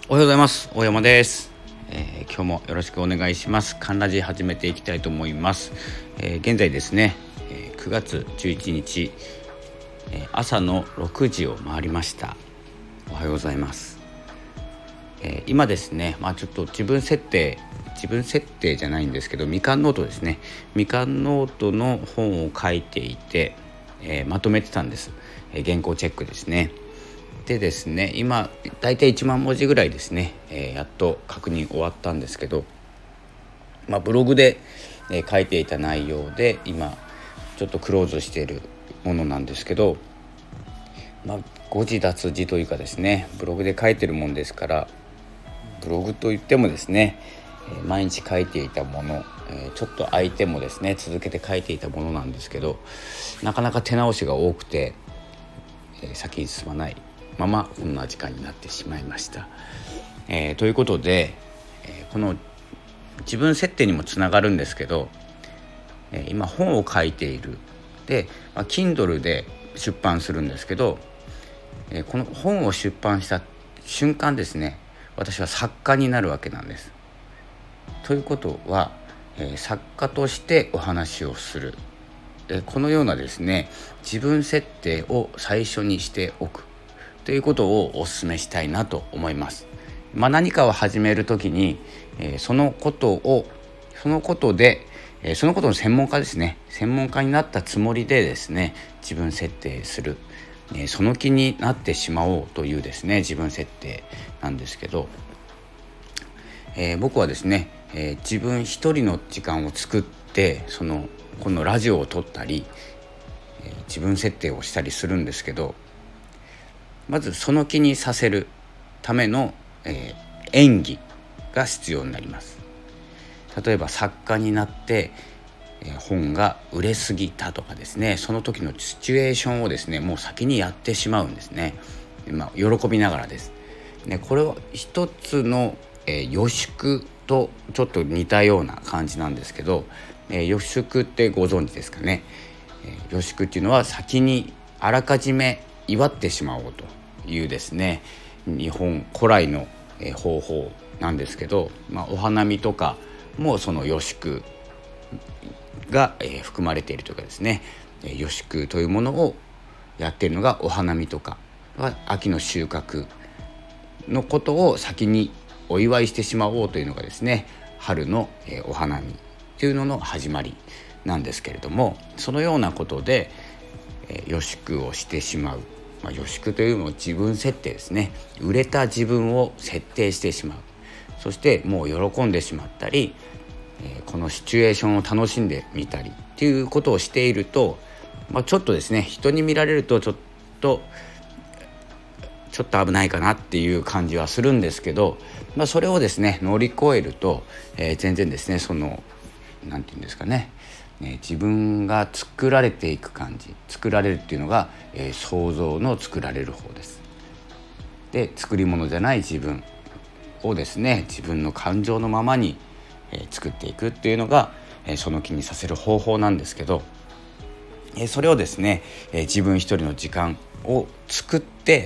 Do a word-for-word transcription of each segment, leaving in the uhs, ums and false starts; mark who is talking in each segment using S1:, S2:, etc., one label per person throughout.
S1: おはようございます。大山です。えー、今日もよろしくお願いします。カンラジ始めていきたいと思います。えー、現在ですね、えー、くがつじゅういちにち、えー、朝のろくじを回りました。おはようございます。えー、今ですね、まあ、ちょっと自分設定自分設定じゃないんですけど、みかんノートですねみかんノートの本を書いていて、えー、まとめてたんです。えー、原稿チェックですね。でですね、今だいたいいちまんもじぐらいですね、えー、やっと確認終わったんですけど、まあ、ブログで、えー、書いていた内容で今ちょっとクローズしているものなんですけど、まあ、誤字脱字というかですね、ブログで書いてるもんですから、ブログといってもですね、えー、毎日書いていたもの、えー、ちょっと空いてもですね続けて書いていたものなんですけど、なかなか手直しが多くて、えー、先に進まないままこんな時間になってしまいました。えー、ということで、えー、この自分設定にもつながるんですけど、えー、今本を書いているで、まあ、Kindle で出版するんですけど、えー、この本を出版した瞬間ですね、私は作家になるわけなんです。ということは、えー、作家としてお話をする、えー、このようなですね自分設定を最初にしておくということをお勧めしたいなと思います。まあ、何かを始めるときに、えー、そのことをそのことで、えー、そのことの専門家ですね専門家になったつもりでですね自分設定する、えー、その気になってしまおうというですね自分設定なんですけど、えー、僕はですね、えー、自分一人の時間を作ってそのこのラジオを撮ったり、えー、自分設定をしたりするんですけど、まずその気にさせるための、えー、演技が必要になります。例えば作家になって、えー、本が売れすぎたとかですね、その時のシチュエーションをですねもう先にやってしまうんですね。まあ、喜びながらです。ね、これは一つの、えー、予祝とちょっと似たような感じなんですけど、えー、予祝ってご存知ですかね。えー、予祝っていうのは先にあらかじめ祝ってしまおうというですね日本古来の方法なんですけど、まあ、お花見とかもその予祝が含まれているというかですね、予祝というものをやっているのがお花見とか秋の収穫のことを先にお祝いしてしまおうというのがですね春のお花見というのの始まりなんですけれども、そのようなことで予祝をしてしまう、まあ、予祝というのも自分設定ですね。売れた自分を設定してしまう、そしてもう喜んでしまったり、えー、このシチュエーションを楽しんでみたりっていうことをしていると、まあ、ちょっとですね人に見られるとちょっとちょっと危ないかなっていう感じはするんですけど、まあ、それをですね乗り越えると、えー、全然ですねそのなんていうんですかね、ね、自分が作られていく感じ、作られるっていうのが、えー、想像の作られる方です。で、作り物じゃない自分をですね自分の感情のままに、えー、作っていくっていうのが、えー、その気にさせる方法なんですけど、えー、それをですね、えー、自分一人の時間を作って、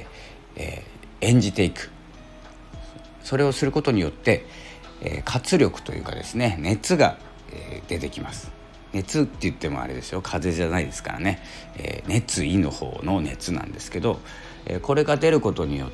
S1: えー、演じていく。それをすることによって、えー、活力というかですね熱が、えー、出てきます。熱って言ってもあれですよ、風邪じゃないですからね、えー、熱意の方の熱なんですけど、えー、これが出ることによって、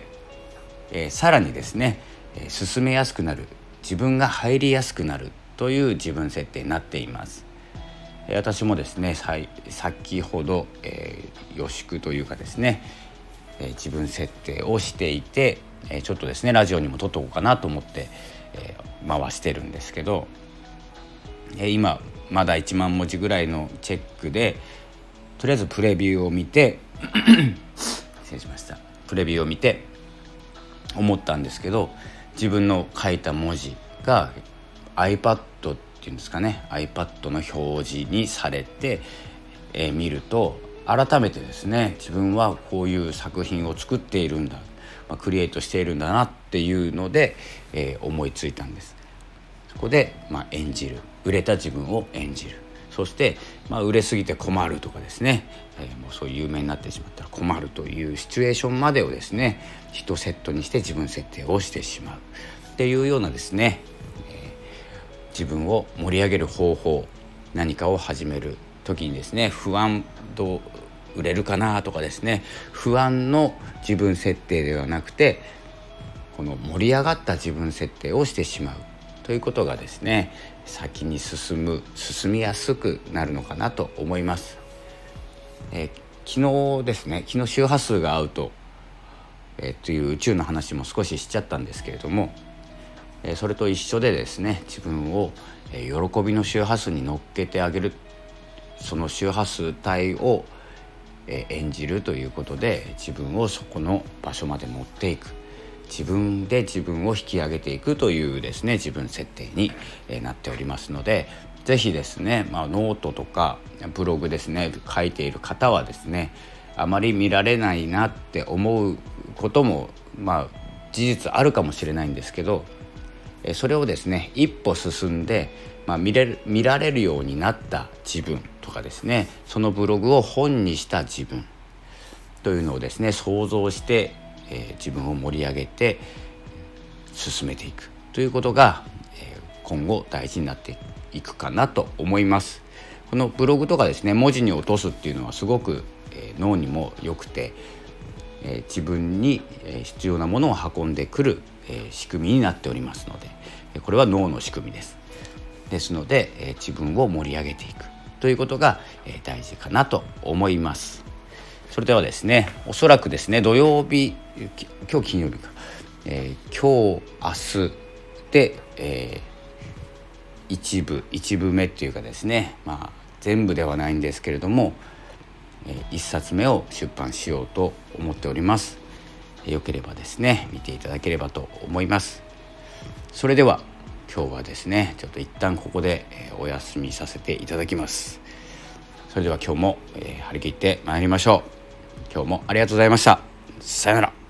S1: えー、さらにですね、えー、進めやすくなる、自分が入りやすくなるという自分設定になっています。えー、私もですねさ先ほど、えー、予祝というかですね、えー、自分設定をしていて、えー、ちょっとですねラジオにも撮っとこうかなと思って、えー、回してるんですけど、えー、今まだいちまんもじぐらいのチェックで、とりあえずプレビューを見て失礼しましたプレビューを見て思ったんですけど、自分の書いた文字が iPad っていうんですかね iPad の表示にされて、えー、見ると改めてですね自分はこういう作品を作っているんだ、まあ、クリエイトしているんだなっていうので、えー、思いついたんです。そこで、まあ、演じる、売れた自分を演じる、 そして、まあ、売れすぎて困るとかですね、えー、もうそういう有名になってしまったら困るというシチュエーションまでをですね一セットにして自分設定をしてしまうっていうようなですね、えー、自分を盛り上げる方法、何かを始める時にですね不安、どう売れるかなとかですね、不安の自分設定ではなくてこの盛り上がった自分設定をしてしまうということがですね先に進む進みやすくなるのかなと思います。えー、昨日ですね昨日周波数が合うと、えー、という宇宙の話も少ししちゃったんですけれども、えー、それと一緒でですね自分を、えー、喜びの周波数に乗っけてあげる、その周波数帯を、えー、演じるということで自分をそこの場所まで持っていく、自分で自分を引き上げていくというですね自分設定になっておりますので、ぜひですね、まあ、ノートとかブログですね書いている方はですねあまり見られないなって思うこともまあ事実あるかもしれないんですけど、それをですね一歩進んで、まあ、見れる、見られるようになった自分とかですね、そのブログを本にした自分というのをですね想像してえー、自分を盛り上げて進めていくということが、えー、今後大事になっていくかなと思います。このブログとかですね文字に落とすっていうのはすごく、えー、脳にも良くて、えー、自分に必要なものを運んでくる、えー、仕組みになっておりますので、これは脳の仕組みです。ですので、えー、自分を盛り上げていくということが、えー、大事かなと思います。それではですねおそらくですね土曜日、今日金曜日か、えー、今日明日で、えー、一部一部目っていうかですね、まあ全部ではないんですけれども、えー、一冊目を出版しようと思っております。よければですね見ていただければと思います。それでは今日はですねちょっと一旦ここで、えー、お休みさせていただきます。それでは今日も、えー、張り切ってまいりましょう。今日もありがとうございました。さよなら。